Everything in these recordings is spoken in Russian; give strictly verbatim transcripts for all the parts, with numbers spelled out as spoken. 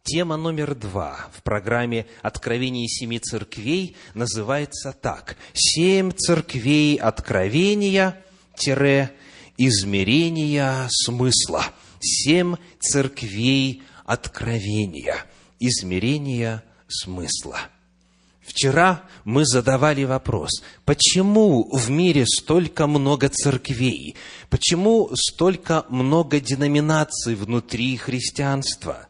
Тема номер два в программе «Откровение семи церквей» называется так: «Семь церквей откровения-измерения смысла». Семь церквей откровения, измерения смысла. Вчера мы задавали вопрос, почему в мире столько много церквей, почему столько много деноминаций внутри христианства?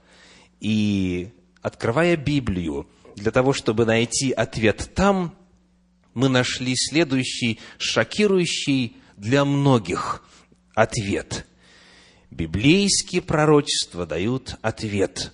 И, открывая Библию, для того, чтобы найти ответ там, мы нашли следующий шокирующий для многих ответ. Библейские пророчества дают ответ.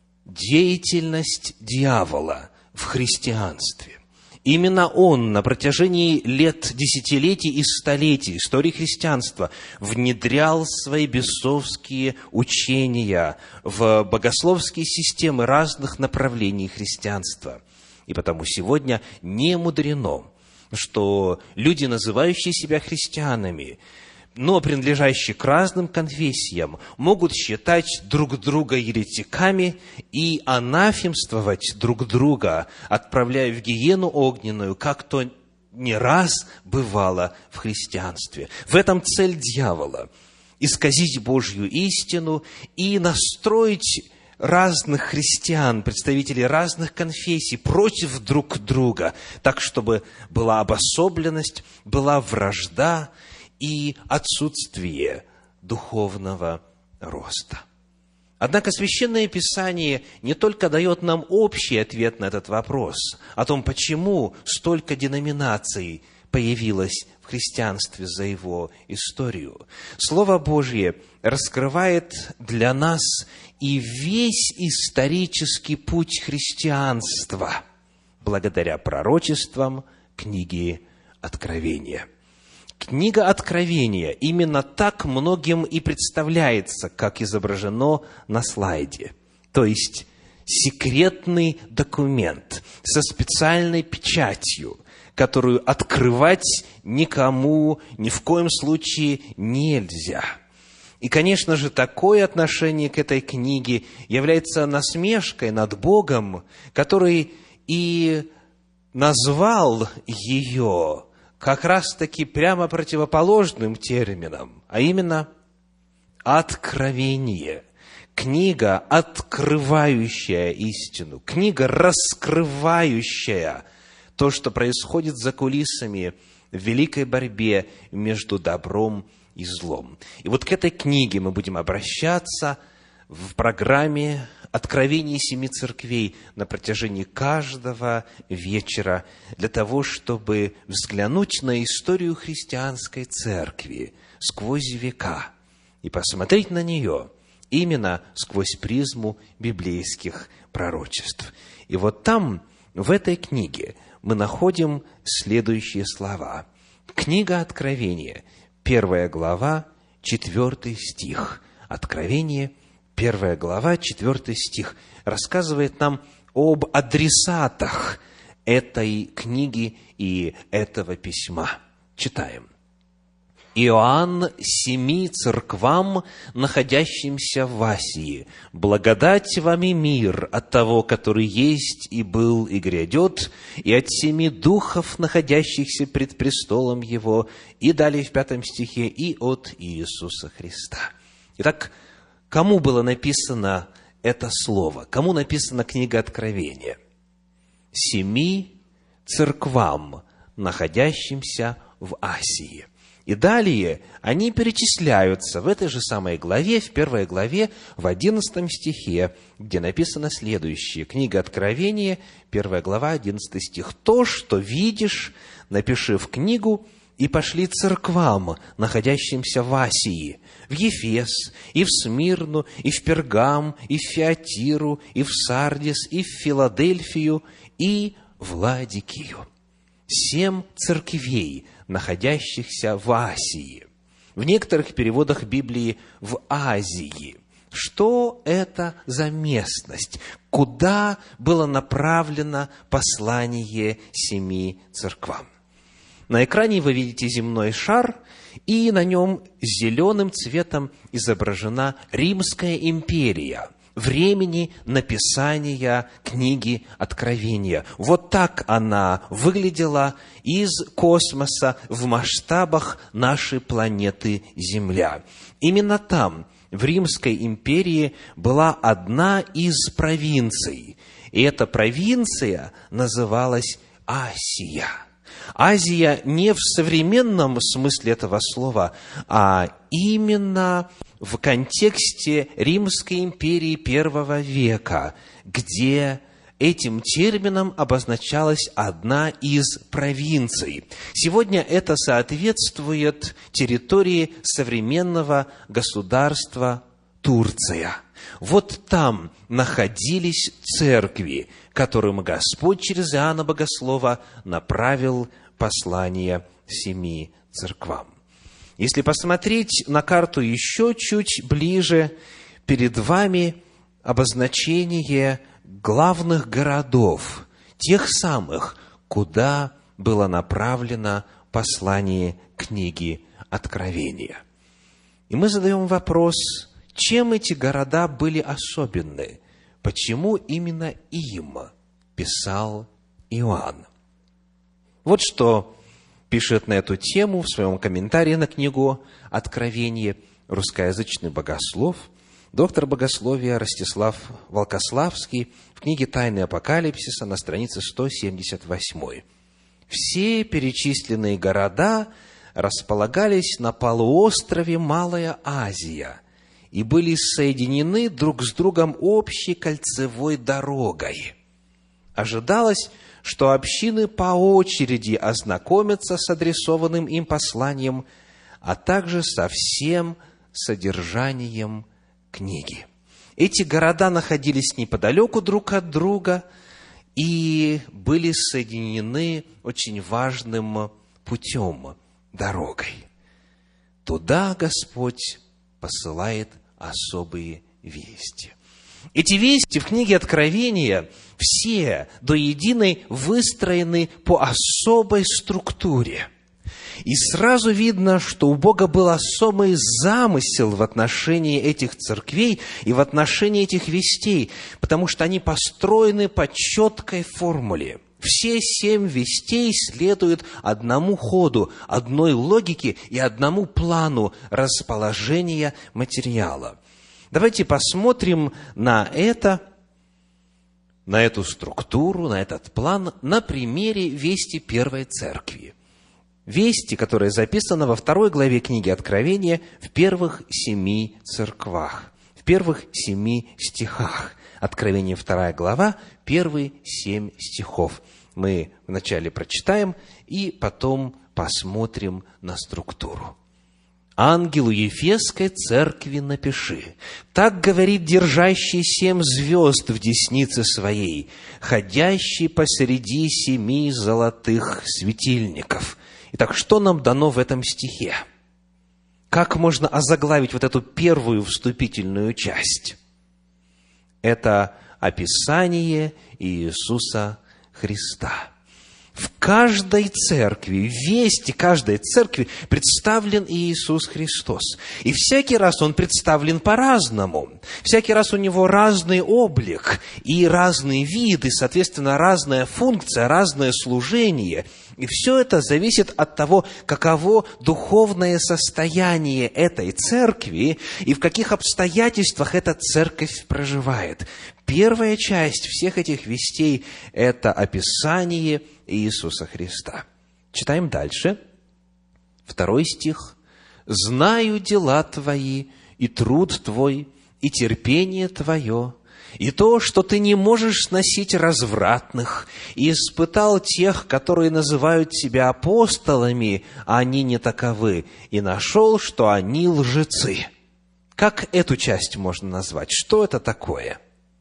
Деятельность дьявола в христианстве. Именно он на протяжении лет, десятилетий и столетий истории христианства внедрял свои бесовские учения в богословские системы разных направлений христианства. И потому сегодня не мудрено, что люди, называющие себя христианами, но принадлежащие к разным конфессиям, могут считать друг друга еретиками и анафемствовать друг друга, отправляя в гиену огненную, как то не раз бывало в христианстве. В этом цель дьявола – исказить Божью истину и настроить разных христиан, представителей разных конфессий, против друг друга, так, чтобы была обособленность, была вражда и отсутствие духовного роста. Однако Священное Писание не только дает нам общий ответ на этот вопрос, о том, почему столько деноминаций появилось в христианстве за его историю. Слово Божье раскрывает для нас и весь исторический путь христианства благодаря пророчествам книги Откровения. Книга Откровения именно так многим и представляется, как изображено на слайде. То есть, секретный документ со специальной печатью, которую открывать никому ни в коем случае нельзя. И, конечно же, такое отношение к этой книге является насмешкой над Богом, который и назвал ее как раз-таки прямо противоположным термином, а именно откровение. Книга, открывающая истину, книга, раскрывающая то, что происходит за кулисами в великой борьбе между добром и злом. И вот к этой книге мы будем обращаться в программе «Откровение семи церквей» на протяжении каждого вечера для того, чтобы взглянуть на историю христианской церкви сквозь века и посмотреть на нее именно сквозь призму библейских пророчеств. И вот там, в этой книге, мы находим следующие слова. Книга Откровения, первая глава, четвертый стих. Откровение, первая глава, четвертый стих, рассказывает нам об адресатах этой книги и этого письма. Читаем. «Иоанн семи церквам, находящимся в Асии, благодать вам и мир от того, который есть и был и грядет, и от семи духов, находящихся пред престолом Его», и далее в пятом стихе, «и от Иисуса Христа». Итак, кому было написано это слово? Кому написана книга Откровения? Семи церквам, находящимся в Асии. И далее они перечисляются в этой же самой главе, в первой главе, в одиннадцатом стихе, где написано следующее. Книга Откровения, первая глава, одиннадцатый стих. «То, что видишь, напиши в книгу, и пошли церквам, находящимся в Асии, в Ефес, и в Смирну, и в Пергам, и в Фиатиру, и в Сардис, и в Филадельфию, и в Ладикию». Семь церквей, находящихся в Асии. В некоторых переводах Библии в Азии. Что это за местность? Куда было направлено послание семи церквам? На экране вы видите земной шар, и на нем зеленым цветом изображена Римская империя. времени написания книги Откровения. Вот так она выглядела из космоса в масштабах нашей планеты Земля. Именно там, в Римской империи, была одна из провинций. И эта провинция называлась Асия. Азия не в современном смысле этого слова, а именно в контексте Римской империи первого века, где этим термином обозначалась одна из провинций. Сегодня это соответствует территории современного государства Турция. Вот там находились церкви, которым Господь через Иоанна Богослова направил послание семи церквам. Если посмотреть на карту еще чуть ближе, перед вами обозначение главных городов, тех самых, куда было направлено послание книги Откровения. И мы задаем вопрос, чем эти города были особенны? Почему именно им писал Иоанн? Вот что пишет на эту тему в своем комментарии на книгу «Откровение» русскоязычный богослов, доктор богословия Ростислав Волкославский в книге «Тайны Апокалипсиса» на странице сто семьдесят восемь. Все перечисленные города располагались на полуострове Малая Азия и были соединены друг с другом общей кольцевой дорогой. Ожидалось, что общины по очереди ознакомятся с адресованным им посланием, а также со всем содержанием книги. Эти города находились неподалеку друг от друга и были соединены очень важным путем, дорогой. Туда Господь посылает особые вести. Эти вести в книге Откровения все до единой выстроены по особой структуре. И сразу видно, что у Бога был особый замысел в отношении этих церквей и в отношении этих вестей, потому что они построены по четкой формуле. Все семь вестей следуют одному ходу, одной логике и одному плану расположения материала. Давайте посмотрим на это, на эту структуру, на этот план на примере вести первой церкви. Вести, которая записана во второй главе книги Откровения в первых семи церквах, в первых семи стихах. Откровение вторая глава, первые семь стихов. Мы вначале прочитаем и потом посмотрим на структуру. «Ангелу Ефесской церкви напиши: так говорит держащий семь звезд в деснице своей, ходящий посреди семи золотых светильников». Итак, что нам дано в этом стихе? Как можно озаглавить вот эту первую вступительную часть? Это описание Иисуса Христа. В каждой церкви, в вести каждой церкви представлен Иисус Христос. И всякий раз Он представлен по-разному. Всякий раз у Него разный облик и разный вид, и, соответственно, разная функция, разное служение. И все это зависит от того, каково духовное состояние этой церкви и в каких обстоятельствах эта церковь проживает. Первая часть всех этих вестей – это описание Иисуса Христа. Читаем дальше. Второй стих. «Знаю дела твои, и труд твой, и терпение твое, и то, что ты не можешь сносить развратных, и испытал тех, которые называют себя апостолами, а они не таковы, и нашел, что они лжецы». Как эту часть можно назвать? Что это такое?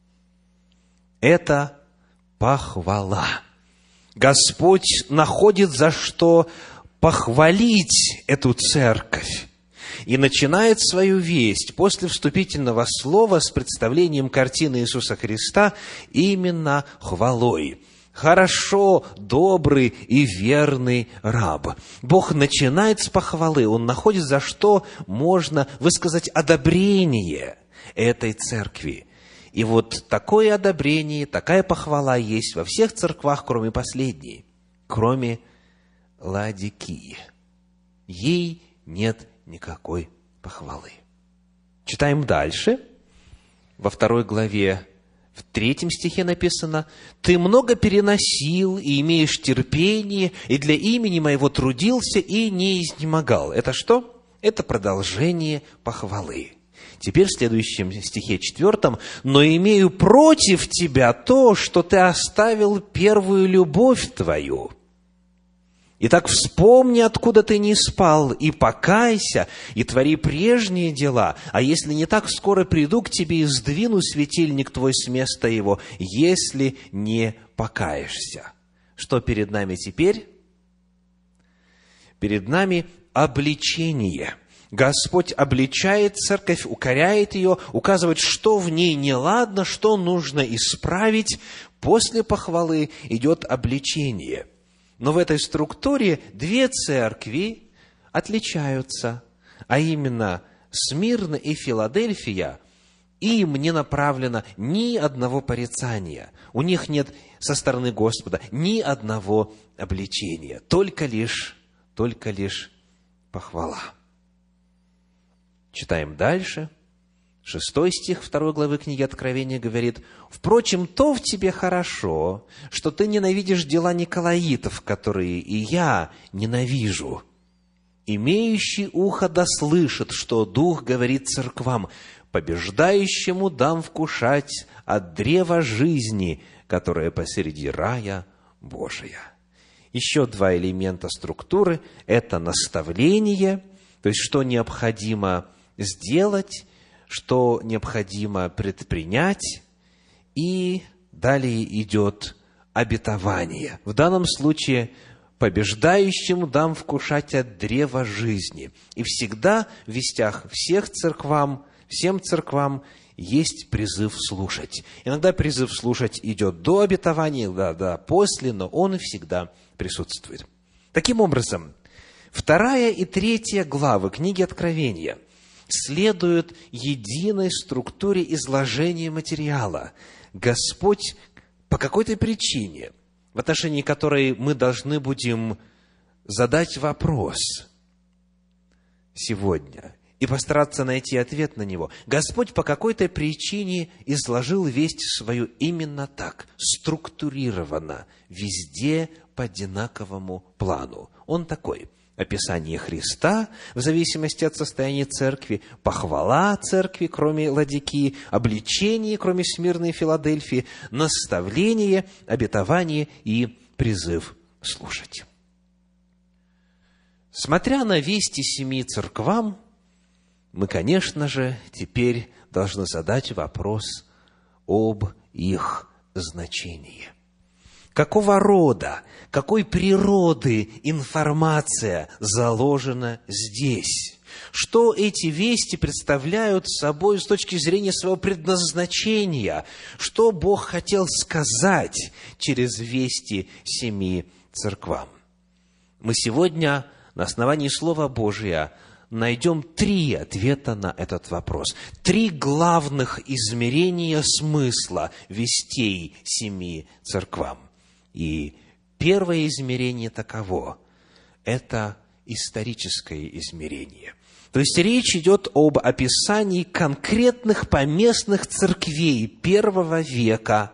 Это похвала. Господь находит за что похвалить эту церковь и начинает свою весть после вступительного слова с представлением картины Иисуса Христа именно хвалой. Хорошо, добрый и верный раб. Бог начинает с похвалы, Он находит за что можно высказать одобрение этой церкви. И вот такое одобрение, такая похвала есть во всех церквах, кроме последней, кроме Лаодикии. Ей нет никакой похвалы. Читаем дальше. Во второй главе, в третьем стихе написано: «Ты много переносил и имеешь терпение, и для имени моего трудился и не изнемогал». Это что? Это продолжение похвалы. Теперь в следующем стихе четвертом: «Но имею против тебя то, что ты оставил первую любовь твою. Итак, вспомни, откуда ты не спал, и покайся, и твори прежние дела. А если не так, скоро приду к тебе и сдвину светильник твой с места его, если не покаешься». Что перед нами теперь? Перед нами обличение. Господь обличает церковь, укоряет ее, указывает, что в ней неладно, что нужно исправить. После похвалы идет обличение. Но в этой структуре две церкви отличаются, а именно Смирна и Филадельфия. Им не направлено ни одного порицания. У них нет со стороны Господа ни одного обличения. Только лишь, только лишь похвала. Читаем дальше. Шестой стих второй главы книги Откровения говорит: «Впрочем, то в тебе хорошо, что ты ненавидишь дела николаитов, которые и я ненавижу. Имеющий ухо да слышит, что Дух говорит церквам: побеждающему дам вкушать от древа жизни, которое посреди рая Божия». Еще два элемента структуры – это наставление, то есть что необходимо сделать, что необходимо предпринять, и далее идет обетование. В данном случае побеждающему дам вкушать от древа жизни. И всегда в вестях всех церквам, всем церквам есть призыв слушать. Иногда призыв слушать идет до обетования, да, да, после, но он всегда присутствует. Таким образом, вторая и третья главы книги Откровения следуют единой структуре изложения материала. Господь по какой-то причине, в отношении которой мы должны будем задать вопрос сегодня и постараться найти ответ на него. Господь по какой-то причине изложил весть свою именно так, структурированно, везде по одинаковому плану. Он такой: описание Христа в зависимости от состояния церкви, похвала церкви, кроме Лаодикии, обличение, кроме Смирны и Филадельфии, наставление, обетование и призыв слушать. Смотря на вести семи церквам, мы, конечно же, теперь должны задать вопрос об их значении. Какого рода, какой природы информация заложена здесь? Что эти вести представляют собой с точки зрения своего предназначения? Что Бог хотел сказать через вести семи церквам? Мы сегодня на основании Слова Божия найдем три ответа на этот вопрос. Три главных измерения смысла вестей семи церквам. И первое измерение таково – это историческое измерение. То есть речь идет об описании конкретных поместных церквей первого века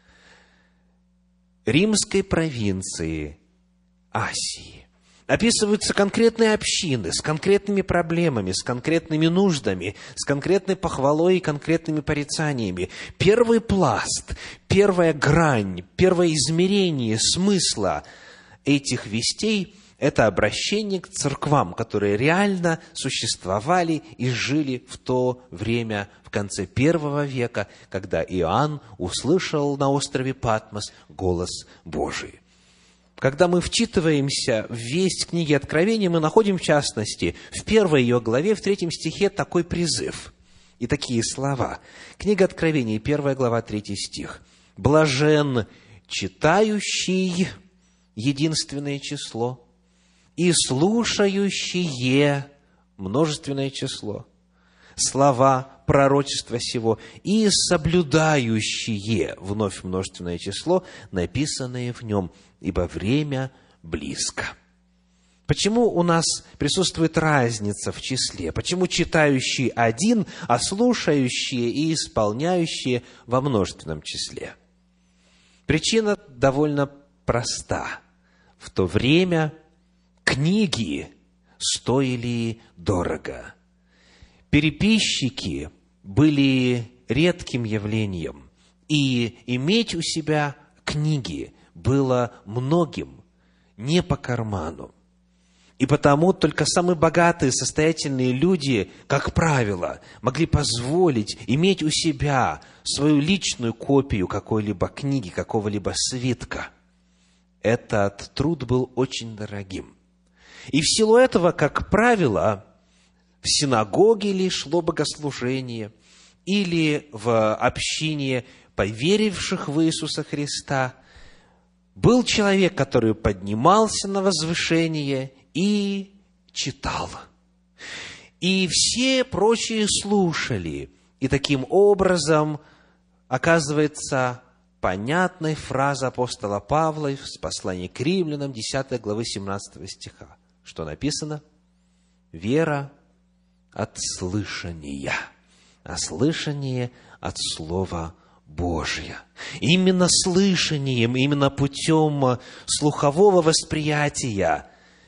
римской провинции Асии. Описываются конкретные общины с конкретными проблемами, с конкретными нуждами, с конкретной похвалой и конкретными порицаниями. Первый пласт, первая грань, первое измерение смысла этих вестей – это обращение к церквам, которые реально существовали и жили в то время, в конце первого века, когда Иоанн услышал на острове Патмос голос Божий. Когда мы вчитываемся в весть книги Откровения, мы находим, в частности, в первой ее главе, в третьем стихе, такой призыв и такие слова. Книга Откровения, первая глава, третий стих. «Блажен читающий», единственное число, «и слушающие», множественное число, «слова пророчества сего, и соблюдающие, вновь множественное число, написанное в нем, ибо время близко. Почему у нас присутствует разница в числе? Почему читающие один, а слушающие и исполняющие во множественном числе? Причина довольно проста. В то время книги стоили дорого. Переписчики были редким явлением, и иметь у себя книги было многим не по карману. И потому только самые богатые, состоятельные люди, как правило, могли позволить иметь у себя свою личную копию какой-либо книги, какого-либо свитка. Этот труд был очень дорогим. И в силу этого, как правило, в синагоге ли шло богослужение, или в общине поверивших в Иисуса Христа, был человек, который поднимался на возвышение и читал. И все прочие слушали. И таким образом оказывается понятной фраза апостола Павла в послании к римлянам, десятой главы, семнадцатого стиха. Что написано? Вера от слышания, а слышание от Слова Божия. Именно слышанием, именно путем слухового восприятия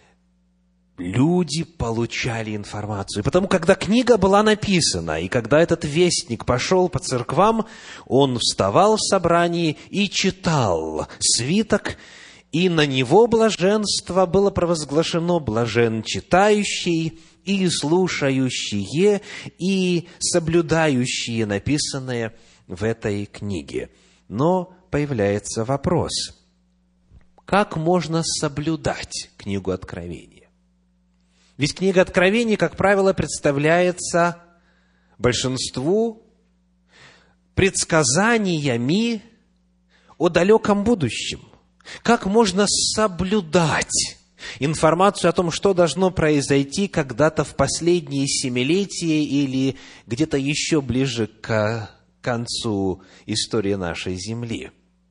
люди получали информацию. И потому, когда книга была написана, и когда этот вестник пошел по церквам, он вставал в собрании и читал свиток, и на него блаженство было провозглашено: блажен читающий и слушающие, и соблюдающие написанное в этой книге. Но появляется вопрос: как можно соблюдать книгу Откровения? Ведь книга Откровения, как правило, представляется большинству предсказаниями о далеком будущем. Как можно соблюдать информацию о том, что должно произойти когда-то в последние семилетия или где-то еще ближе к концу истории нашей земли?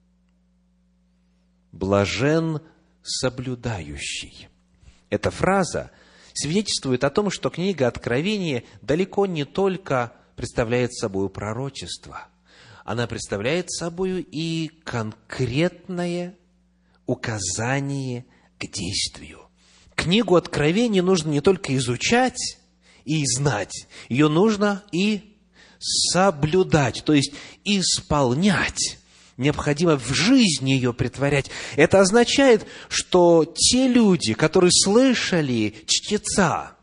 Блажен соблюдающий. Эта фраза свидетельствует о том, что книга Откровения далеко не только представляет собой пророчество, она представляет собой и конкретное указание к действию. Книгу Откровения нужно не только изучать и знать, ее нужно и соблюдать, то есть исполнять. Необходимо в жизни ее претворять. Это означает, что те люди, которые слышали чтеца,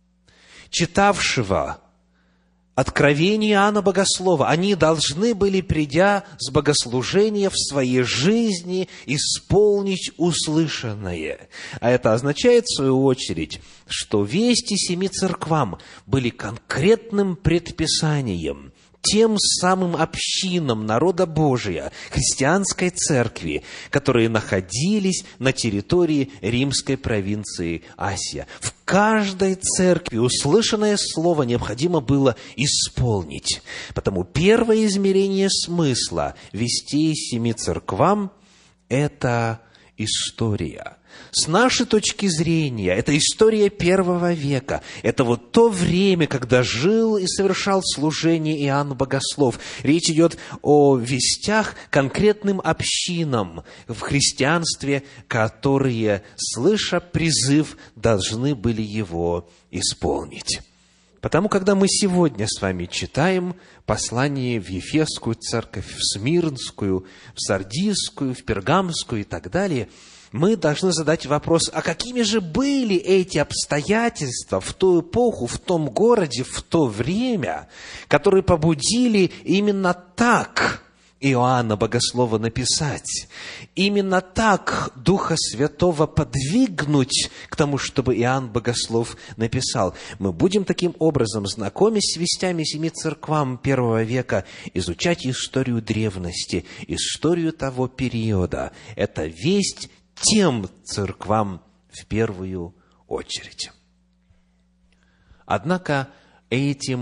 читавшего Откровение Иоанна Богослова, они должны были, придя с богослужения в своей жизни, исполнить услышанное. А это означает, в свою очередь, что вести семи церквам были конкретным предписанием тем самым общинам народа Божия, христианской церкви, которые находились на территории римской провинции Асия. В каждой церкви услышанное слово необходимо было исполнить. Потому первое измерение смысла вести семи церквам – это история. С нашей точки зрения, это история первого века. Это вот то время, когда жил и совершал служение Иоанн Богослов. Речь идет о вестях конкретным общинам в христианстве, которые, слыша призыв, должны были его исполнить. Потому, когда мы сегодня с вами читаем послание в Ефесскую церковь, в Смирнскую, в Сардисскую, в Пергамскую и так далее, мы должны задать вопрос: а какими же были эти обстоятельства в ту эпоху, в том городе, в то время, которые побудили именно так Иоанна Богослова написать, именно так Духа Святого подвигнуть к тому, чтобы Иоанн Богослов написал. Мы будем таким образом, знакомясь с вестями семи церквам первого века, изучать историю древности, историю того периода. Это весть тем церквам в первую очередь. Однако этим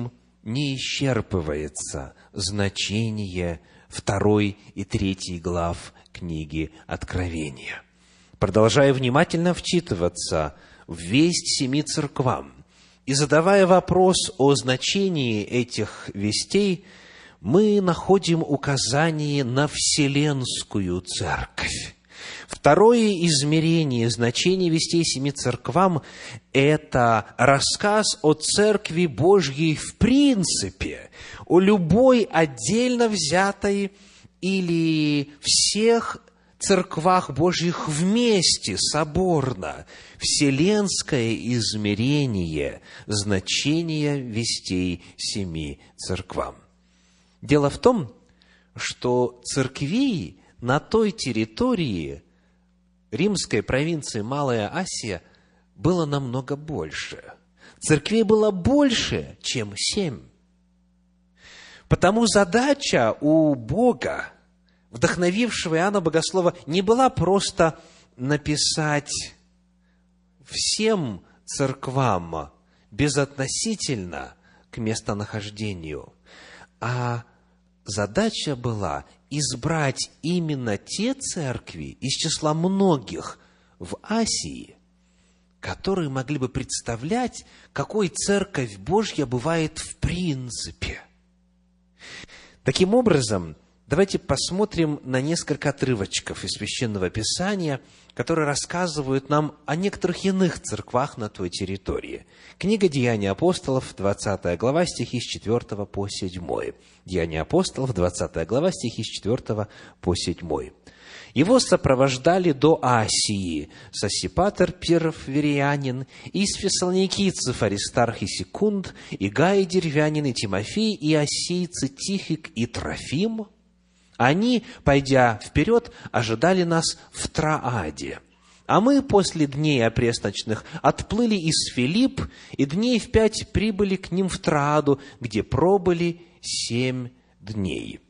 не исчерпывается значение второй и третьей глав книги Откровения. Продолжая внимательно вчитываться в весть семи церквам и задавая вопрос о значении этих вестей, мы находим указание на Вселенскую Церковь. Второе измерение значения вестей семи церквам – это рассказ о Церкви Божьей в принципе, о любой отдельно взятой или всех церквах Божьих вместе, соборно. Вселенское измерение значения вестей семи церквам. Дело в том, что церквей на той территории римской провинции Малая Асия было намного больше. Церквей было больше, чем семь. Потому задача у Бога, вдохновившего Иоанна Богослова, не была просто написать всем церквам безотносительно к местонахождению, а задача была избрать именно те церкви из числа многих в Асии, которые могли бы представлять, какой Церковь Божья бывает в принципе. Таким образом, давайте посмотрим на несколько отрывочков из Священного Писания, которые рассказывают нам о некоторых иных церквах на той территории. Книга «Деяния апостолов», двадцатая глава, стихи с четвёртого по седьмой. «Деяния апостолов», двадцатая глава, стихи с четвёртого по седьмой. «Его сопровождали до Асии Сосипатер Пиров Вериянин, из фессалоникийцев Аристарх и Секунд, и Гай Деревянин, и Тимофей, и осийцы Тихик и Трофим. Они, пойдя вперед, ожидали нас в Трааде. А мы после дней опресночных отплыли из Филипп, и дней в пять прибыли к ним в Трааду, где пробыли семь дней.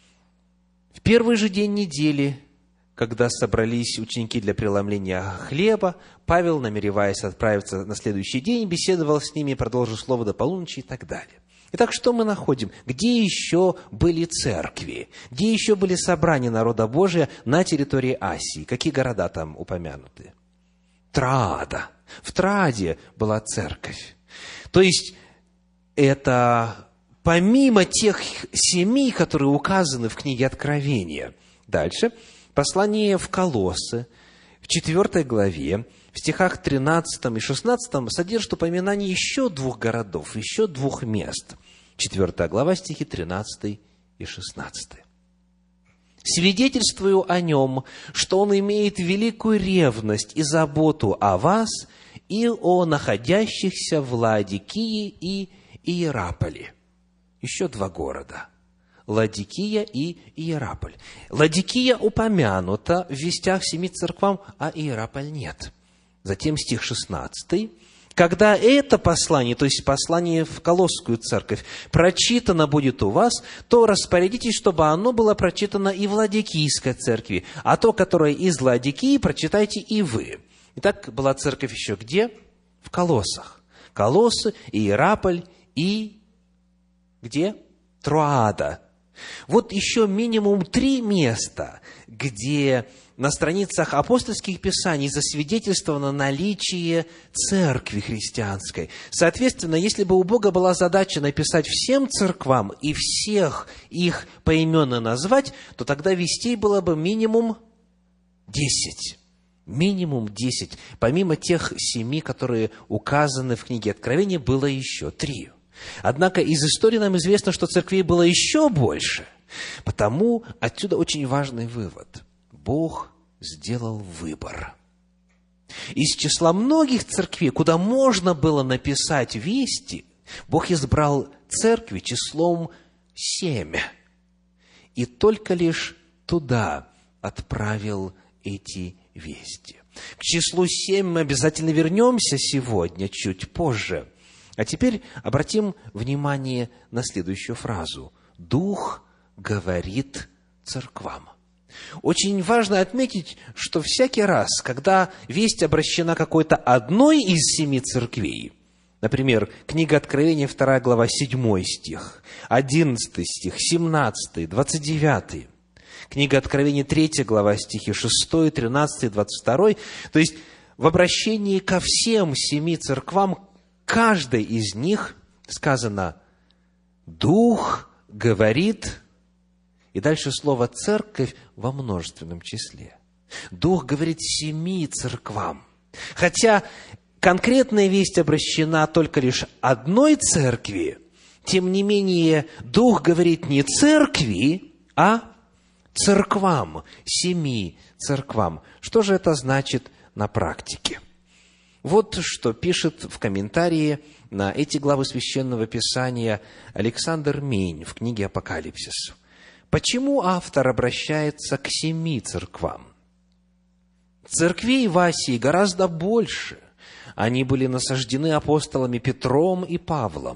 В первый же день недели, когда собрались ученики для преломления хлеба, Павел, намереваясь отправиться на следующий день, беседовал с ними, продолжил слово до полуночи и так далее. Итак, что мы находим? Где еще были церкви? Где еще были собрания народа Божия на территории Асии? Какие города там упомянуты? Троада. В Трааде была церковь. То есть, это помимо тех семи, которые указаны в книге Откровения. Дальше. Послание в Колоссы, в четвёртой главе, в стихах тринадцатом и шестнадцатом содержит упоминание еще двух городов, еще двух мест. четвёртая глава, стихи тринадцатый и шестнадцатый. «Свидетельствую о нем, что он имеет великую ревность и заботу о вас и о находящихся в Лаодикии и Иераполе». Еще два города. Ладикия и Иераполь. Ладикия упомянута в вестях семи церквам, а Иераполь нет. Затем стих шестнадцатый. «Когда это послание, то есть послание в Колосскую церковь, прочитано будет у вас, то распорядитесь, чтобы оно было прочитано и в Ладикийской церкви, а то, которое из Ладикии, прочитайте и вы». Итак, была церковь еще где? В Колоссах. Колоссы, Иераполь и где? Троада. Вот еще минимум три места, где на страницах апостольских писаний засвидетельствовано наличие церкви христианской. Соответственно, если бы у Бога была задача написать всем церквам и всех их поименно назвать, то тогда вестей было бы минимум десять. Минимум десять. Помимо тех семи, которые указаны в книге Откровения, было еще три. Однако из истории нам известно, что церквей было еще больше. Потому отсюда очень важный вывод. Бог сделал выбор. Из числа многих церквей, куда можно было написать вести, Бог избрал церкви числом семь. И только лишь туда отправил эти вести. К числу семь мы обязательно вернемся сегодня, чуть позже. А теперь обратим внимание на следующую фразу. «Дух говорит церквам». Очень важно отметить, что всякий раз, когда весть обращена какой-то одной из семи церквей, Например, книга Откровения, вторая глава, седьмой стих, одиннадцатый стих, семнадцатый, двадцать девятый. Книга Откровения, третья глава, стихи шестой, тринадцатый, двадцать второй. То есть, в обращении ко всем семи церквам, каждой из них сказано «Дух говорит», и дальше слово «церковь» во множественном числе. Дух говорит семи церквам. Хотя конкретная весть обращена только лишь одной церкви, тем не менее, Дух говорит не церкви, а церквам, семи церквам. Что же это значит на практике? Вот что пишет в комментарии на эти главы Священного Писания Александр Мень в книге «Апокалипсис». Почему автор обращается к семи церквам? Церквей в Асии гораздо больше. Они были насаждены апостолами Петром и Павлом.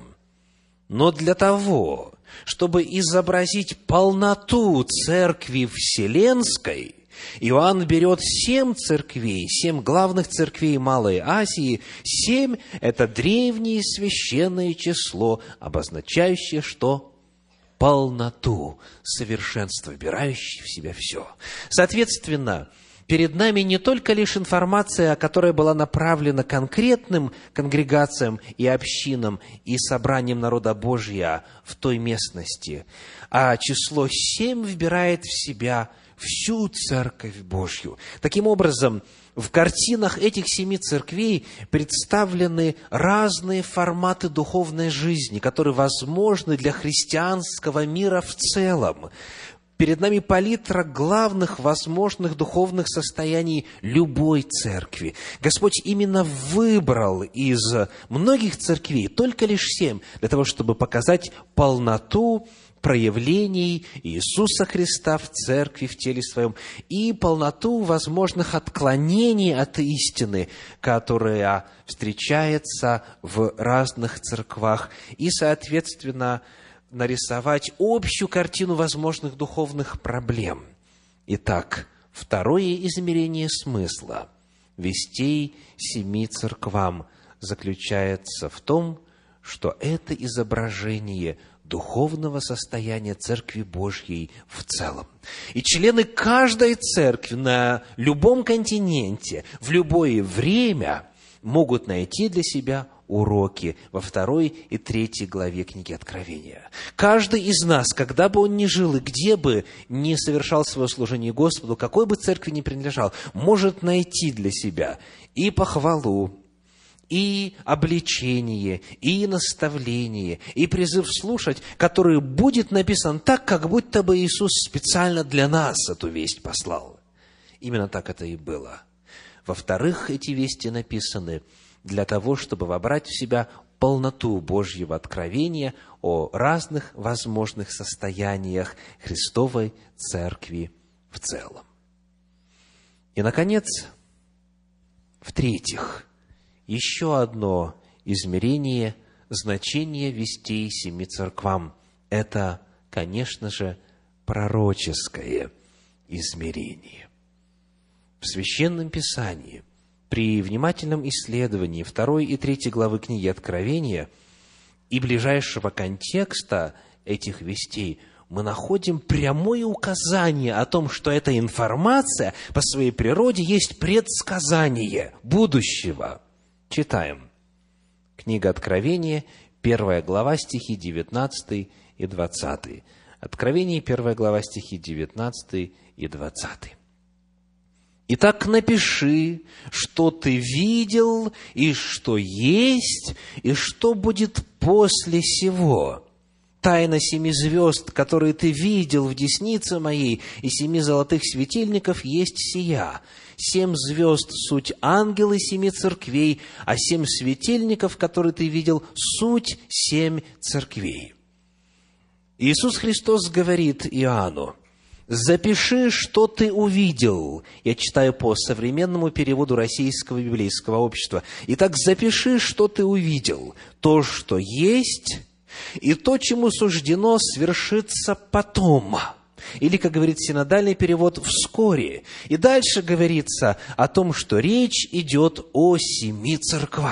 Но для того, чтобы изобразить полноту церкви вселенской, Иоанн берет семь церквей, семь главных церквей Малой Азии. Семь – это древнее священное число, обозначающее что? Полноту, совершенство, вбирающее в себя все. Соответственно, перед нами не только лишь информация, которая была направлена конкретным конгрегациям и общинам и собраниям народа Божия в той местности, а число семь вбирает в себя всю Церковь Божью. Таким образом, в картинах этих семи церквей представлены разные форматы духовной жизни, которые возможны для христианского мира в целом. Перед нами палитра главных возможных духовных состояний любой церкви. Господь именно выбрал из многих церквей только лишь семь, для того, чтобы показать полноту проявлений Иисуса Христа в церкви, в теле своем, и полноту возможных отклонений от истины, которая встречается в разных церквах, и, соответственно, нарисовать общую картину возможных духовных проблем. Итак, второе измерение смысла вестей семи церквам заключается в том, что это изображение духовного состояния Церкви Божьей в целом. И члены каждой церкви на любом континенте, в любое время могут найти для себя уроки во второй и третьей главе книги Откровения. Каждый из нас, когда бы он ни жил и где бы ни совершал свое служение Господу, какой бы церкви ни принадлежал, может найти для себя и похвалу, и обличение, и наставление, и призыв слушать, который будет написан так, как будто бы Иисус специально для нас эту весть послал. Именно так это и было. Во-вторых, эти вести написаны для того, чтобы вобрать в себя полноту Божьего откровения о разных возможных состояниях Христовой Церкви в целом. И, наконец, в-третьих, еще одно измерение значения вестей семи церквам – это, конечно же, пророческое измерение. В Священном Писании, при внимательном исследовании второй и третьей главы книги Откровения и ближайшего контекста этих вестей, мы находим прямое указание о том, что эта информация по своей природе есть предсказание будущего. Читаем. Книга Откровения, первая глава, стихи девятнадцатый и двадцатый. Откровение, первая глава, стихи девятнадцатый и двадцатый. «Итак, напиши, что ты видел, и что есть, и что будет после сего. Тайна семи звезд, которые ты видел в деснице моей, и семи золотых светильников есть сия. Семь звезд – суть ангелы семи церквей, а семь светильников, которые ты видел, суть семь церквей». Иисус Христос говорит Иоанну: «Запиши, что ты увидел». Я читаю по современному переводу Российского библейского общества. «Итак, запиши, что ты увидел, то, что есть, и то, чему суждено свершиться потом». Или, как говорит синодальный перевод, «вскоре». И дальше говорится о том, что речь идет о семи церквах.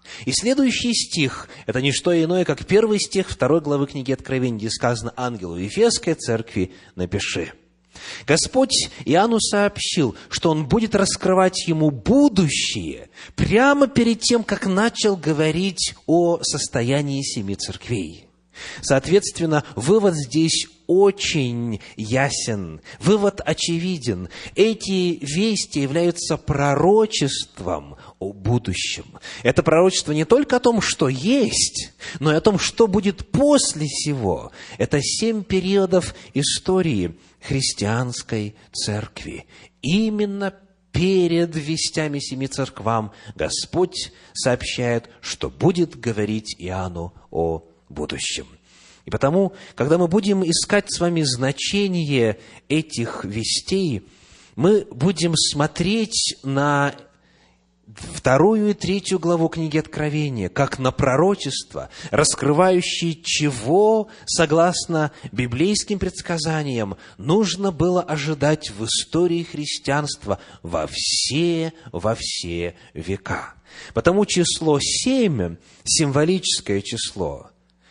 И следующий стих – это не что иное, как первый стих второй главы книги Откровения, где сказано: «Ангелу Ефесской церкви напиши». Господь Иоанну сообщил, что Он будет раскрывать ему будущее прямо перед тем, как начал говорить о состоянии семи церквей. Соответственно, вывод здесь очень ясен, вывод очевиден. Эти вести являются пророчеством о будущем. Это пророчество не только о том, что есть, но и о том, что будет после сего. Это семь периодов истории христианской церкви. Именно перед вестями семи церквам Господь сообщает, что будет говорить Иоанну о будущем. И потому, когда мы будем искать с вами значение этих вестей, мы будем смотреть на вторую и третью главу книги Откровения, как на пророчество, раскрывающее, чего, согласно библейским предсказаниям, нужно было ожидать в истории христианства во все, во все века. Потому число семь, символическое число,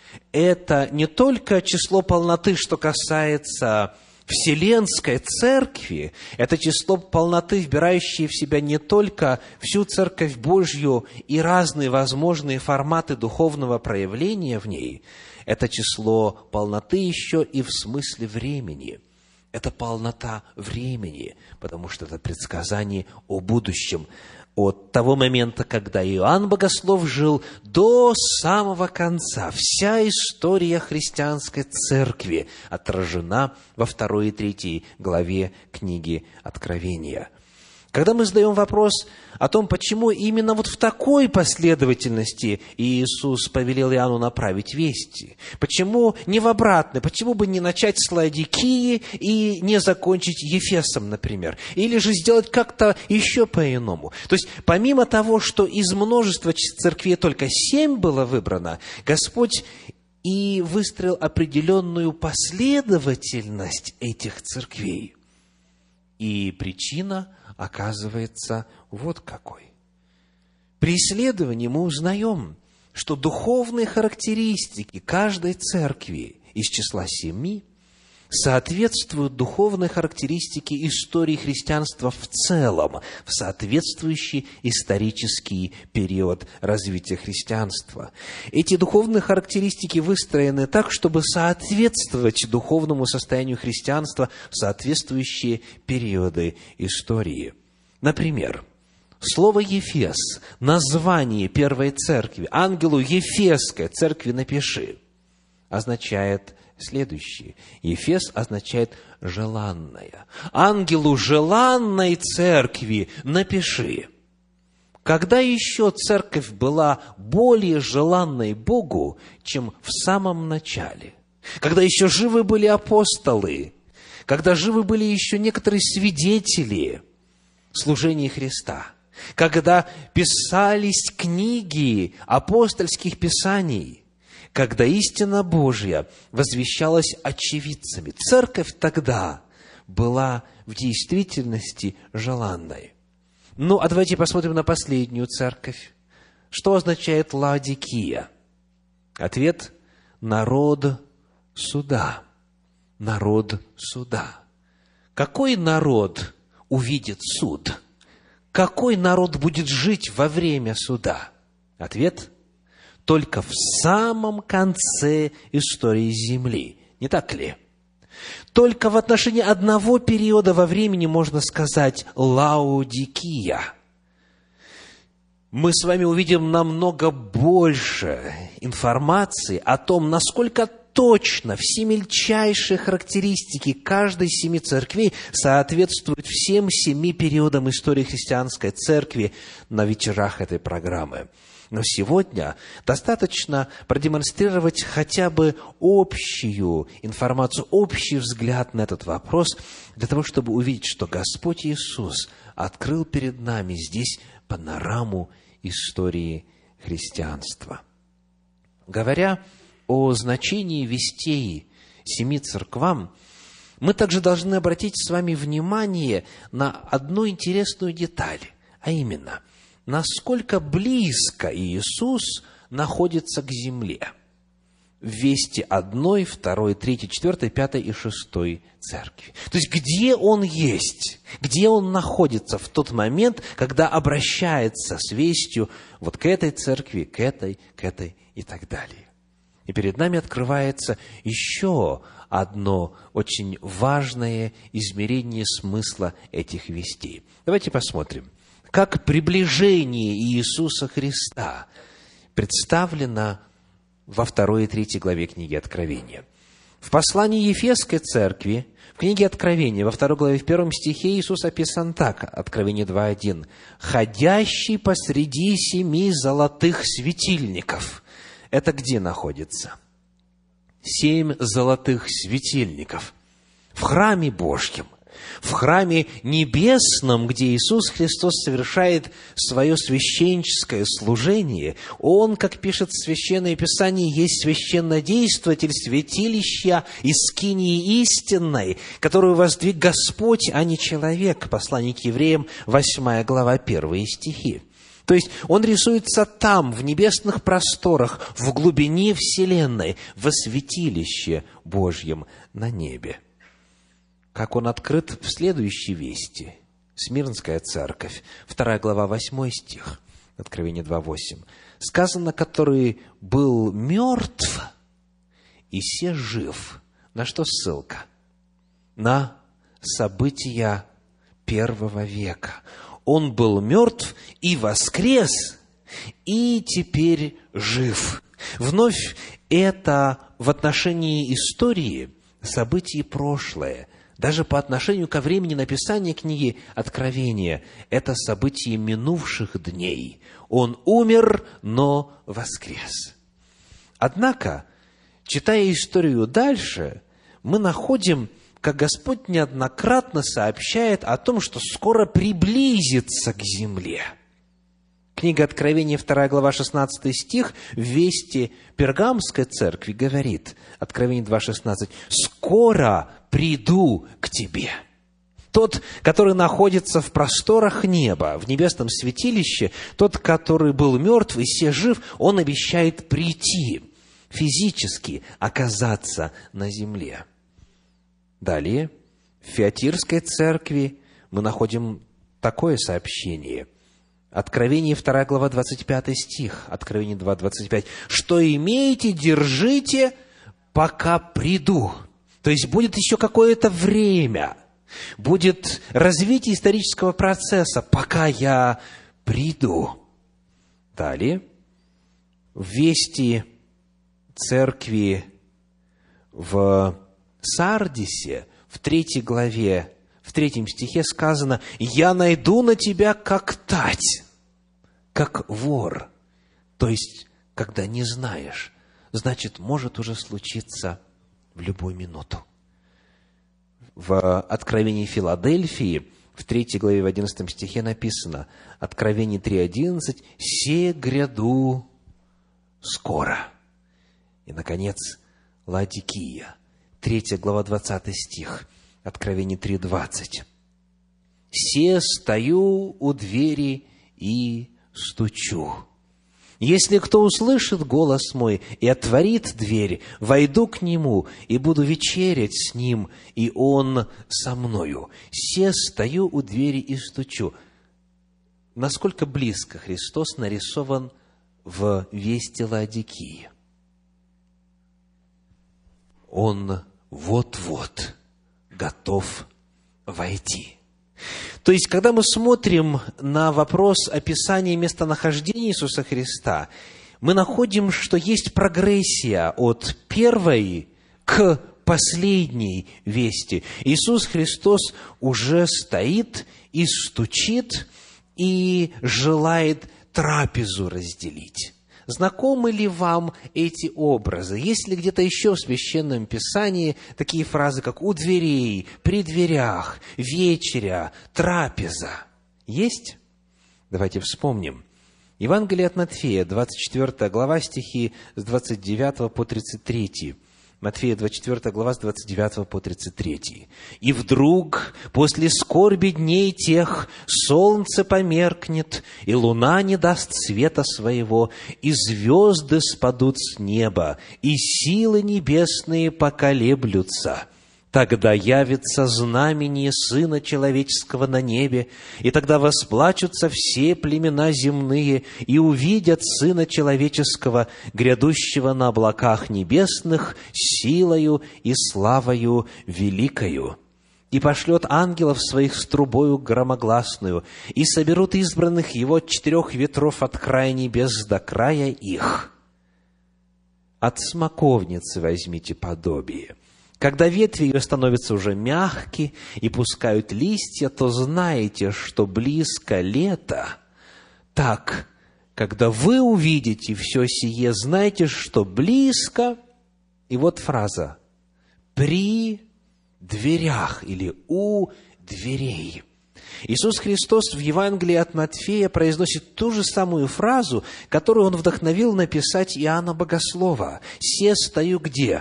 это не только число полноты, что касается Вселенской Церкви, это число полноты, вбирающее в себя не только всю Церковь Божью и разные возможные форматы духовного проявления в ней, это число полноты еще и в смысле времени. Это полнота времени, потому что это предсказание о будущем. От того момента, когда Иоанн Богослов жил, до самого конца вся история христианской церкви отражена во второй и третьей главе книги Откровения. Когда мы задаем вопрос о том, почему именно вот в такой последовательности Иисус повелел Иоанну направить вести, почему не в обратной, почему бы не начать с Лаодикии и не закончить Ефесом, например, или же сделать как-то еще по-иному. То есть, помимо того, что из множества церквей только семь было выбрано, Господь и выстроил определенную последовательность этих церквей. И причина оказывается вот какой. При исследовании мы узнаем, что духовные характеристики каждой церкви из числа семи соответствуют духовной характеристике истории христианства в целом, в соответствующий исторический период развития христианства. Эти духовные характеристики выстроены так, чтобы соответствовать духовному состоянию христианства в соответствующие периоды истории. Например, слово «Ефес», название первой церкви, ангелу Ефесской церкви напиши, означает следующее. Ефес означает «желанная». Ангелу желанной церкви напиши. Когда еще церковь была более желанной Богу, чем в самом начале? Когда еще живы были апостолы? Когда живы были еще некоторые свидетели служения Христа? Когда писались книги апостольских писаний? Когда истина Божья возвещалась очевидцами? Церковь тогда была в действительности желанной. Ну, а давайте посмотрим на последнюю церковь. Что означает Лаодикия? Ответ – народ суда. Народ суда. Какой народ увидит суд? Какой народ будет жить во время суда? Ответ – только в самом конце истории Земли. Не так ли? Только в отношении одного периода во времени можно сказать «Лаодикия». Мы с вами увидим намного больше информации о том, насколько точно все мельчайшие характеристики каждой из семи церквей соответствуют всем семи периодам истории христианской церкви на вечерах этой программы. Но сегодня достаточно продемонстрировать хотя бы общую информацию, общий взгляд на этот вопрос, для того, чтобы увидеть, что Господь Иисус открыл перед нами здесь панораму истории христианства. Говоря о значении вестей семи церквам, мы также должны обратить с вами внимание на одну интересную деталь, а именно – насколько близко Иисус находится к земле в вести одной, второй, третьей, четвертой, пятой и шестой церкви. То есть, где Он есть, где Он находится в тот момент, когда обращается с вестью вот к этой церкви, к этой, к этой и так далее. И перед нами открывается еще одно очень важное измерение смысла этих вестей. Давайте посмотрим, как приближение Иисуса Христа представлено во второй и третьей главе книги Откровения. В послании Ефесской церкви, в книге Откровения, во второй главе, в первом стихе Иисус описан так, Откровение два один. «Ходящий посреди семи золотых светильников». Это где находится? Семь золотых светильников в храме Божьем, в храме небесном, где Иисус Христос совершает свое священническое служение. Он, как пишет Священное Писание, есть священнодействователь святилища и скинии истинной, которую воздвиг Господь, а не человек. Послание к евреям, восьмая глава, первые стихи. То есть, Он рисуется там, в небесных просторах, в глубине вселенной, во святилище Божьем на небе. Как Он открыт в следующей вести. Смирнская церковь, вторая глава, восьмой стих, Откровение два восемь. «Сказано, который был мертв, и се жив». На что ссылка? На события первого века. Он был мертв и воскрес, и теперь жив. Вновь это в отношении истории событие прошлое. Даже по отношению ко времени написания книги Откровения, это событие минувших дней. Он умер, но воскрес. Однако, читая историю дальше, мы находим, как Господь неоднократно сообщает о том, что скоро приблизится к земле. Книга Откровения, вторая глава, шестнадцатый стих, в вести Пергамской церкви говорит, Откровение два шестнадцать, «Скоро приду к тебе». Тот, который находится в просторах неба, в небесном святилище, тот, который был мертв и се жив, он обещает прийти, физически оказаться на земле. Далее, в Фиатирской церкви мы находим такое сообщение. Откровение, вторая глава, двадцать пятый стих, Откровение два двадцать пять. «Что имеете, держите, пока приду». То есть, будет еще какое-то время, будет развитие исторического процесса, пока я приду. Далее, в вести церкви в Сардисе, в третьей главе, в третьем стихе сказано: «Я найду на тебя, как тать, как вор». То есть, когда не знаешь, значит, может уже случиться в любую минуту. В Откровении Филадельфии, в третьей главе, в одиннадцатом стихе написано, Откровение три одиннадцать, «Се гряду скоро». И, наконец, Лаодикия, третья глава, двадцатый стих, Откровение три двадцать. «Се стою у двери и стучу. Если кто услышит голос мой и отворит дверь, войду к нему и буду вечерять с ним, и он со мною. Се стою у двери и стучу». Насколько близко Христос нарисован в вести Лаодикии? Он вот-вот готов войти. То есть, когда мы смотрим на вопрос описания местонахождения Иисуса Христа, мы находим, что есть прогрессия от первой к последней вести. Иисус Христос уже стоит и стучит, и желает трапезу разделить. Знакомы ли вам эти образы? Есть ли где-то еще в Священном Писании такие фразы, как «у дверей», «при дверях», «вечеря», «трапеза»? Есть? Давайте вспомним. Евангелие от Матфея, двадцать четвёртая глава, стихи с двадцать девятого по тридцать третий. Матфея двадцать четвёртая глава, с двадцать девятого по тридцать третий. «И вдруг, после скорби дней тех, солнце померкнет, и луна не даст света своего, и звезды спадут с неба, и силы небесные поколеблются. Тогда явится знамение Сына Человеческого на небе, и тогда восплачутся все племена земные, и увидят Сына Человеческого, грядущего на облаках небесных, силою и славою великою. И пошлет ангелов своих с трубою громогласную, и соберут избранных его от четырех ветров от края небес до края их. От смоковницы возьмите подобие. Когда ветви ее становятся уже мягкие и пускают листья, то знаете, что близко лето. Так, когда вы увидите все сие, знайте, что близко». И вот фраза «при дверях» или «у дверей». Иисус Христос в Евангелии от Матфея произносит ту же самую фразу, которую Он вдохновил написать Иоанна Богослова. «Се стою где?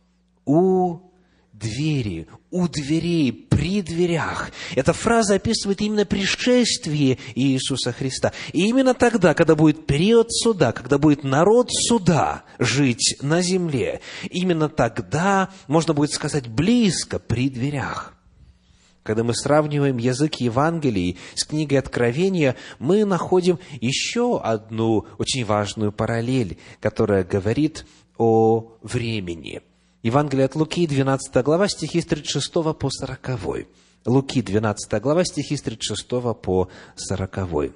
У двери, у дверей, при дверях». Эта фраза описывает именно пришествие Иисуса Христа. И именно тогда, когда будет период суда, когда будет народ суда жить на земле, именно тогда, можно будет сказать, близко, при дверях. Когда мы сравниваем язык Евангелий с книгой Откровения, мы находим еще одну очень важную параллель, которая говорит о времени. Евангелие от Луки, двенадцатая глава, стихи с тридцать шестого по сороковой. Луки, двенадцатая глава, стихи с тридцать шестого по сороковой.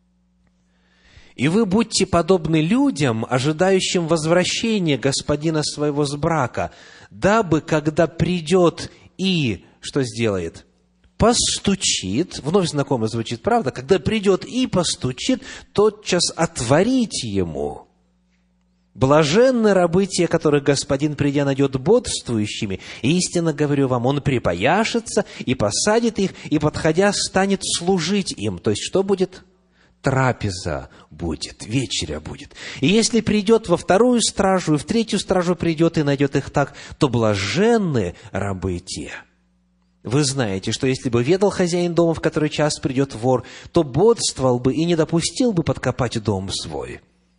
«И вы будьте подобны людям, ожидающим возвращения господина своего с брака, дабы, когда придет и...» Что сделает? «Постучит». Вновь знакомо звучит, правда? «Когда придет и постучит, тотчас отворите ему. Блаженны рабы те, которых господин, придя, найдет бодрствующими. Истинно говорю вам, он припояшется и посадит их, и, подходя, станет служить им». То есть, что будет? Трапеза будет, вечеря будет. «И если придет во вторую стражу, и в третью стражу придет, и найдет их так, то блаженны рабы те». Вы знаете, что если бы ведал хозяин дома, в который час придет вор, то бодрствовал бы и не допустил бы подкопать дом свой.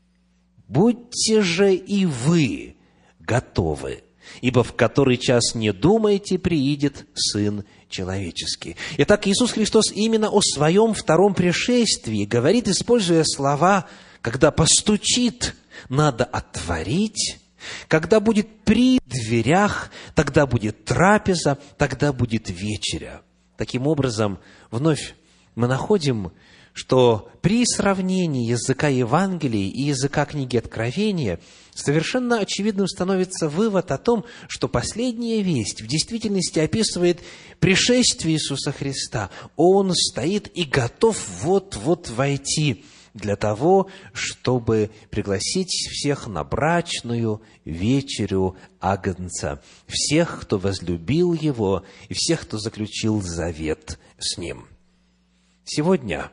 Будьте же и вы готовы, ибо в который час не думайте, приидет Сын Человеческий». Итак, Иисус Христос именно о Своем втором пришествии говорит, используя слова: когда постучит, надо отворить, когда будет при дверях, тогда будет трапеза, тогда будет вечеря. Таким образом, вновь мы находим, что при сравнении языка Евангелия и языка книги Откровения совершенно очевидным становится вывод о том, что последняя весть в действительности описывает пришествие Иисуса Христа. Он стоит и готов вот-вот войти для того, чтобы пригласить всех на брачную вечерю Агнца, всех, кто возлюбил Его, и всех, кто заключил завет с Ним. Сегодня,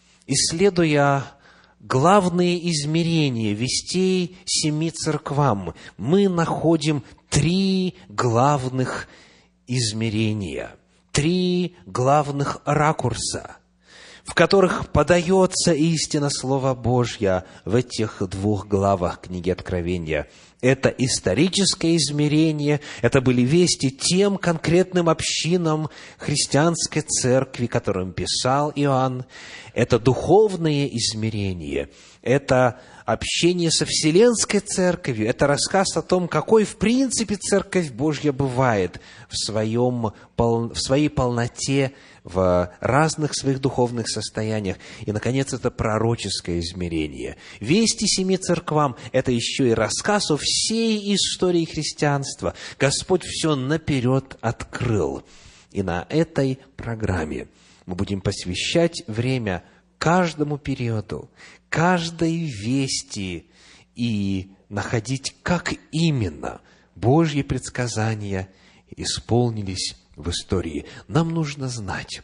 исследуя главные измерения вестей семи церквам, мы находим три главных измерения, три главных ракурса, в которых подается истина Слова Божья в этих двух главах книги Откровения. Это историческое измерение, это были вести тем конкретным общинам христианской церкви, которым писал Иоанн. Это духовное измерение, это общение со Вселенской Церковью, это рассказ о том, какой в принципе Церковь Божья бывает в, своем, в своей полноте, в разных своих духовных состояниях. И, наконец, это пророческое измерение. Вести семи церквам – это еще и рассказ о всей истории христианства. Господь все наперед открыл. И на этой программе мы будем посвящать время каждому периоду, каждой вести и находить, как именно Божьи предсказания исполнились в истории. Нам нужно знать,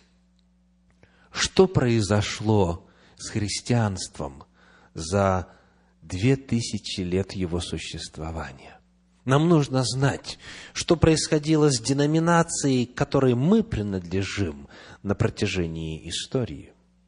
что произошло с христианством за две тысячи лет его существования. Нам нужно знать, что происходило с деноминацией, к которой мы принадлежим на протяжении истории.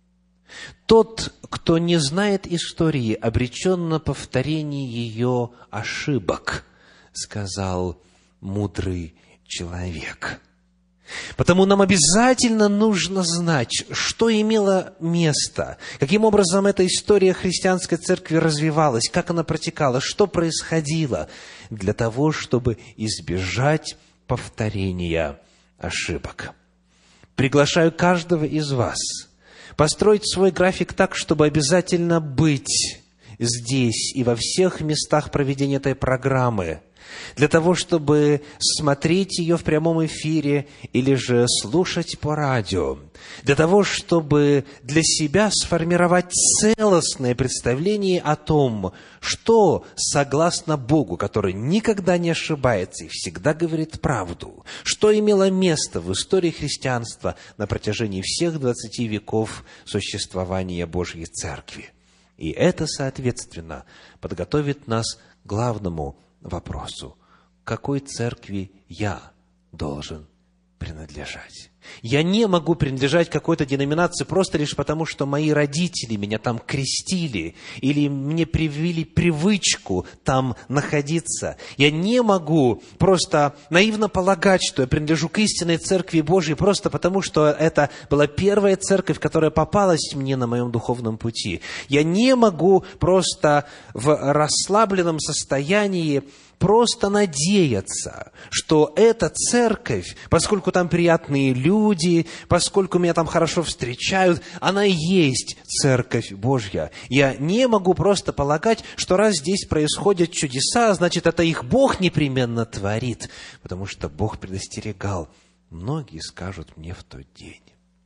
Тот, кто не знает истории, обречен на повторение ее ошибок, сказал мудрый человек. Потому нам обязательно нужно знать, что имело место, каким образом эта история христианской церкви развивалась, как она протекала, что происходило, для того, чтобы избежать повторения ошибок. Приглашаю каждого из вас построить свой график так, чтобы обязательно быть здесь и во всех местах проведения этой программы, для того, чтобы смотреть ее в прямом эфире или же слушать по радио, для того, чтобы для себя сформировать целостное представление о том, что, согласно Богу, который никогда не ошибается и всегда говорит правду, что имело место в истории христианства на протяжении всех двадцати веков существования Божьей Церкви. И это, соответственно, подготовит нас к главному вопросу: к какой церкви я должен принадлежать? Я не могу принадлежать какой-то деноминации просто лишь потому, что мои родители меня там крестили или мне привили привычку там находиться. Я не могу просто наивно полагать, что я принадлежу к истинной Церкви Божьей просто потому, что это была первая церковь, которая попалась мне на моем духовном пути. Я не могу просто в расслабленном состоянии просто надеяться, что эта церковь, поскольку там приятные люди, поскольку меня там хорошо встречают, она и есть Церковь Божья. Я не могу просто полагать, что раз здесь происходят чудеса, значит, это их Бог непременно творит, потому что Бог предостерегал. Многие скажут мне в тот день: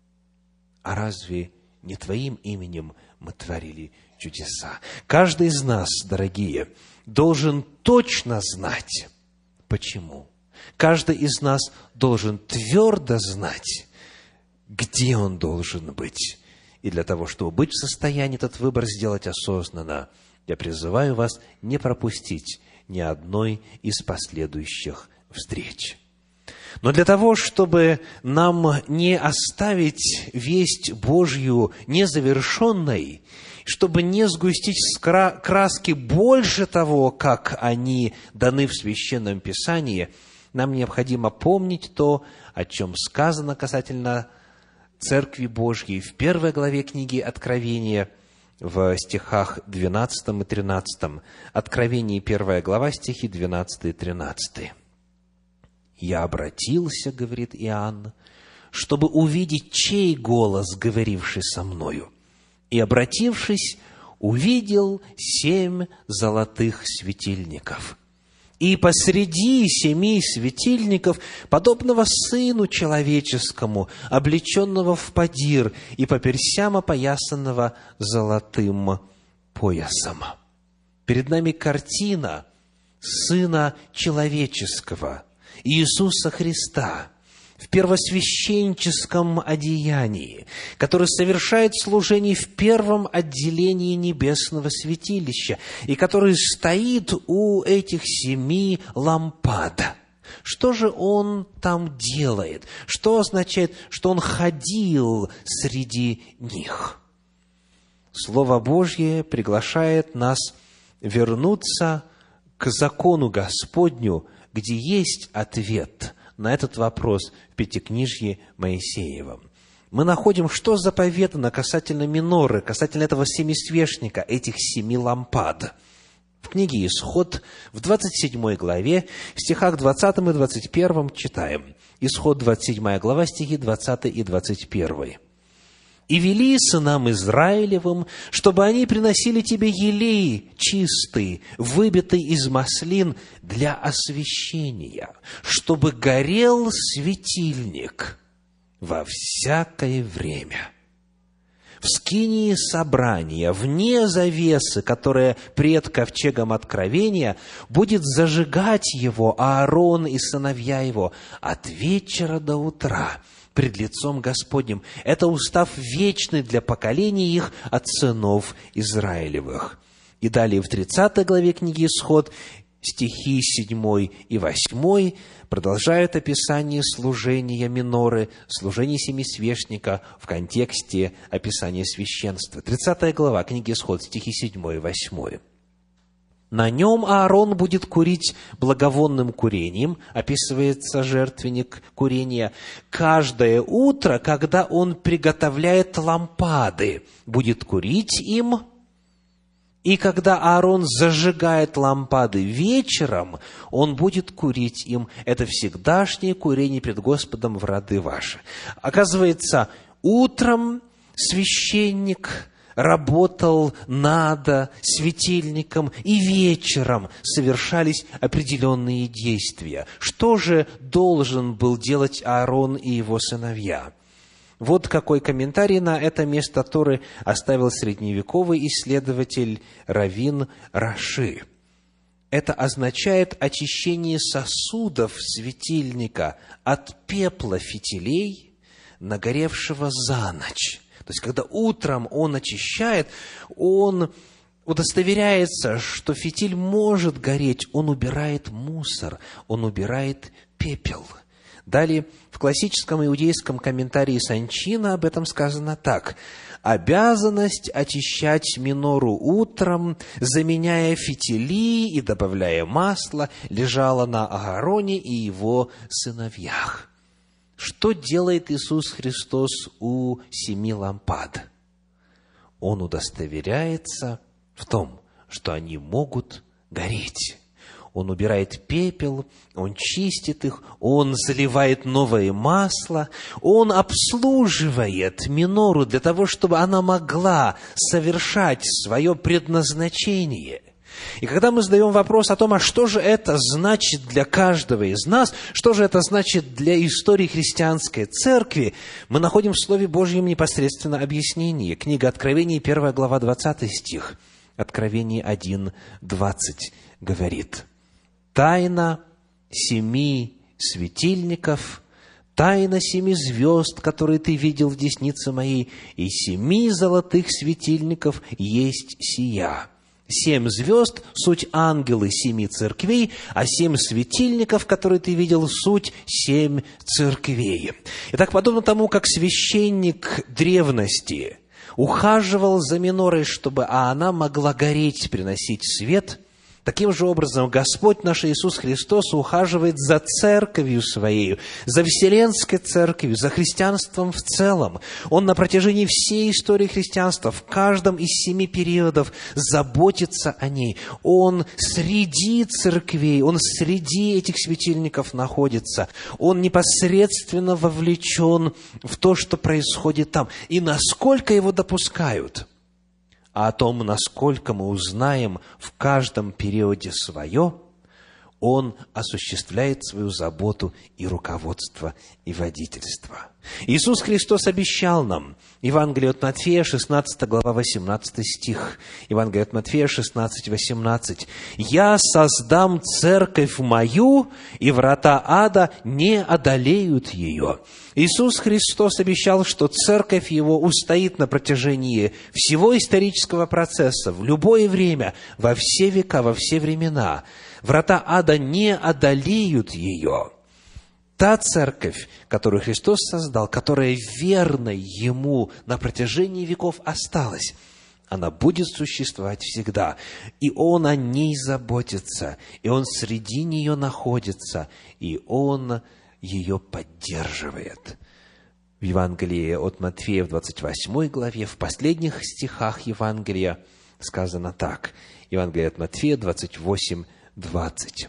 а разве не Твоим именем мы творили чудеса? Каждый из нас, дорогие, должен точно знать, почему. Каждый из нас должен твердо знать, где он должен быть. И для того, чтобы быть в состоянии этот выбор сделать осознанно, я призываю вас не пропустить ни одной из последующих встреч. Но для того, чтобы нам не оставить весть Божью незавершенной, чтобы не сгустить краски больше того, как они даны в Священном Писании, нам необходимо помнить то, о чем сказано касательно Церкви Божьей в первой главе книги Откровения, в стихах двенадцатом и тринадцатом. Откровение, первая глава, стихи двенадцатый и тринадцатый. «Я обратился, — говорит Иоанн, — чтобы увидеть, чей голос, говоривший со мною. И, обратившись, увидел семь золотых светильников. И посреди семи светильников, подобного Сыну Человеческому, облеченного в подир и по персям опоясанного золотым поясом». Перед нами картина Сына Человеческого, Иисуса Христа, в первосвященническом одеянии, который совершает служение в первом отделении небесного святилища и который стоит у этих семи лампад. Что же он там делает? Что означает, что он ходил среди них? Слово Божье приглашает нас вернуться к закону Господню, где есть ответ на этот вопрос в Пятикнижье Моисеевом. Мы находим, что заповедано касательно миноры, касательно этого семисвешника, этих семи лампад. В книге Исход, в двадцать седьмой главе, в стихах двадцатом и двадцать первом читаем. Исход, двадцать седьмая глава, стихи двадцатый и двадцать первый. «И вели сынам Израилевым, чтобы они приносили тебе елей чистый, выбитый из маслин для освящения, чтобы горел светильник во всякое время. В скинии собрания, вне завесы, которая пред ковчегом откровения, будет зажигать его Аарон и сыновья его от вечера до утра пред лицом Господним. Это устав вечный для поколений их от сынов Израилевых». И далее в тридцатой главе книги Исход стихи седьмой и восьмой продолжают описание служения миноры, служения семисвешника в контексте описания священства. тридцатая глава книги Исход, стихи седьмой и восьмой. «На нем Аарон будет курить благовонным курением», описывается жертвенник курения, «каждое утро, когда он приготовляет лампады, будет курить им, и когда Аарон зажигает лампады вечером, он будет курить им. Это всегдашнее курение пред Господом в рады ваши». Оказывается, утром священник работал над светильником, и вечером совершались определенные действия. Что же должен был делать Аарон и его сыновья? Вот какой комментарий на это место Торы оставил средневековый исследователь раввин Раши. Это означает очищение сосудов светильника от пепла фитилей, нагоревшего за ночь. То есть, когда утром он очищает, он удостоверяется, что фитиль может гореть, он убирает мусор, он убирает пепел. Далее, в классическом иудейском комментарии Санчина об этом сказано так: «Обязанность очищать минору утром, заменяя фитили и добавляя масло, лежала на Аароне и его сыновьях». Что делает Иисус Христос у семи лампад? Он удостоверяется в том, что они могут гореть. Он убирает пепел, Он чистит их, Он заливает новое масло, Он обслуживает минору для того, чтобы она могла совершать свое предназначение. И когда мы задаем вопрос о том, а что же это значит для каждого из нас, что же это значит для истории христианской церкви, мы находим в Слове Божьем непосредственно объяснение. Книга Откровения, первая глава, двадцатый стих. Откровение один, двадцать говорит: «Тайна семи светильников, тайна семи звезд, которые ты видел в деснице моей, и семи золотых светильников есть сия». Семь звезд – суть ангелы семи церквей, а семь светильников, которые ты видел, суть семь церквей. Итак, подобно тому, как священник древности ухаживал за минорой, чтобы она могла гореть, приносить свет, таким же образом Господь наш Иисус Христос ухаживает за церковью Своей, за Вселенской церковью, за христианством в целом. Он на протяжении всей истории христианства, в каждом из семи периодов заботится о ней. Он среди церквей, Он среди этих светильников находится. Он непосредственно вовлечен в то, что происходит там. И насколько Его допускают, а о том, насколько мы узнаем в каждом периоде свое, Он осуществляет свою заботу и руководство, и водительство. Иисус Христос обещал нам, Евангелие от Матфея, шестнадцатая глава, восемнадцатый стих, Евангелие от Матфея, шестнадцать, восемнадцать, «Я создам церковь мою, и врата ада не одолеют ее». Иисус Христос обещал, что церковь Его устоит на протяжении всего исторического процесса, в любое время, во все века, во все времена. Врата ада не одолеют ее. Та церковь, которую Христос создал, которая верна Ему на протяжении веков осталась, она будет существовать всегда. И Он о ней заботится, и Он среди нее находится, и Он ее поддерживает. В Евангелии от Матфея в двадцать восьмой главе, в последних стихах Евангелия сказано так. Евангелие от Матфея двадцать восемь, двадцать.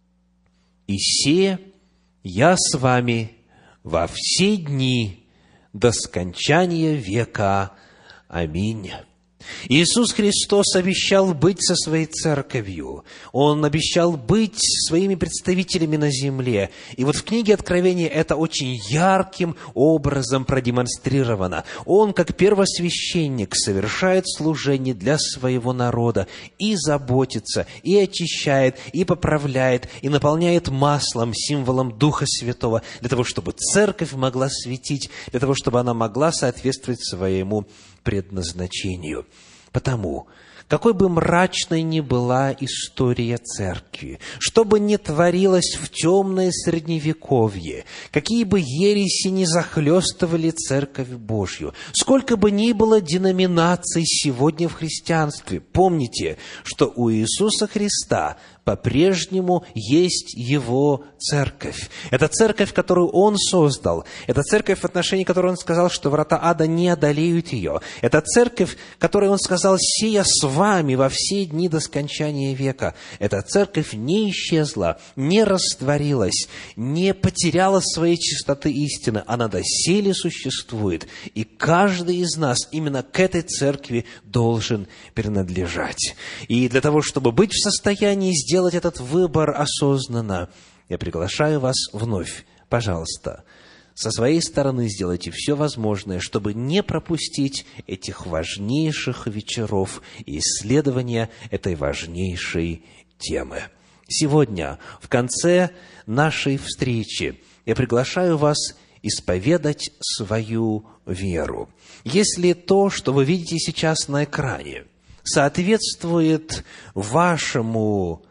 «И се я с вами во все дни до скончания века. Аминь». Иисус Христос обещал быть со своей церковью. Он обещал быть своими представителями на земле. И вот в книге Откровения это очень ярким образом продемонстрировано. Он, как первосвященник, совершает служение для своего народа и заботится, и очищает, и поправляет, и наполняет маслом, символом Духа Святого, для того, чтобы церковь могла светить, для того, чтобы она могла соответствовать своему предназначению. Потому, какой бы мрачной ни была история церкви, что бы ни творилось в темное Средневековье, какие бы ереси ни захлестывали Церковь Божью, сколько бы ни было деноминаций сегодня в христианстве, помните, что у Иисуса Христа по-прежнему есть Его церковь. Это церковь, которую Он создал. Это церковь, в отношении которой Он сказал, что врата ада не одолеют ее. Это церковь, которой Он сказал: «Сия с вами во все дни до скончания века». Эта церковь не исчезла, не растворилась, не потеряла своей чистоты истины. Она доселе существует. И каждый из нас именно к этой церкви должен принадлежать. И для того, чтобы быть в состоянии сделать этот выбор осознанно, я приглашаю вас вновь, пожалуйста, со своей стороны сделайте все возможное, чтобы не пропустить этих важнейших вечеров и исследования этой важнейшей темы. Сегодня, в конце нашей встречи, я приглашаю вас исповедать свою веру. Если то, что вы видите сейчас на экране, соответствует вашему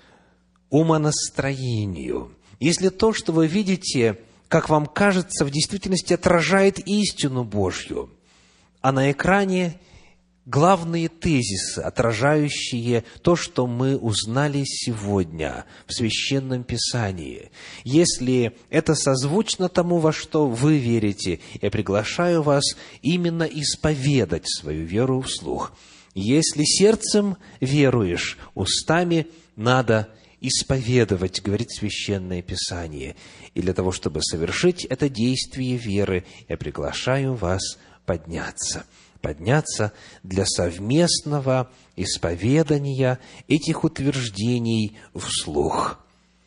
умонастроению, если то, что вы видите, как вам кажется, в действительности отражает истину Божью, а на экране главные тезисы, отражающие то, что мы узнали сегодня в Священном Писании. Если это созвучно тому, во что вы верите, я приглашаю вас именно исповедать свою веру вслух. Если сердцем веруешь, устами надо исповедовать, говорит Священное Писание. И для того, чтобы совершить это действие веры, я приглашаю вас подняться. Подняться для совместного исповедания этих утверждений вслух.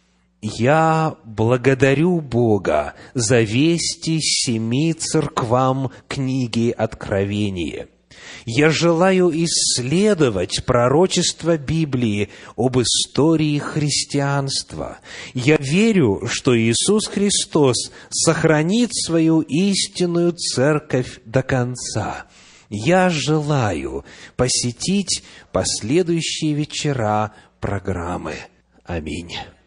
«Я благодарю Бога за вести семи церквам книги Откровения. Я желаю исследовать пророчества Библии об истории христианства. Я верю, что Иисус Христос сохранит свою истинную церковь до конца. Я желаю посетить последующие вечера программы. Аминь».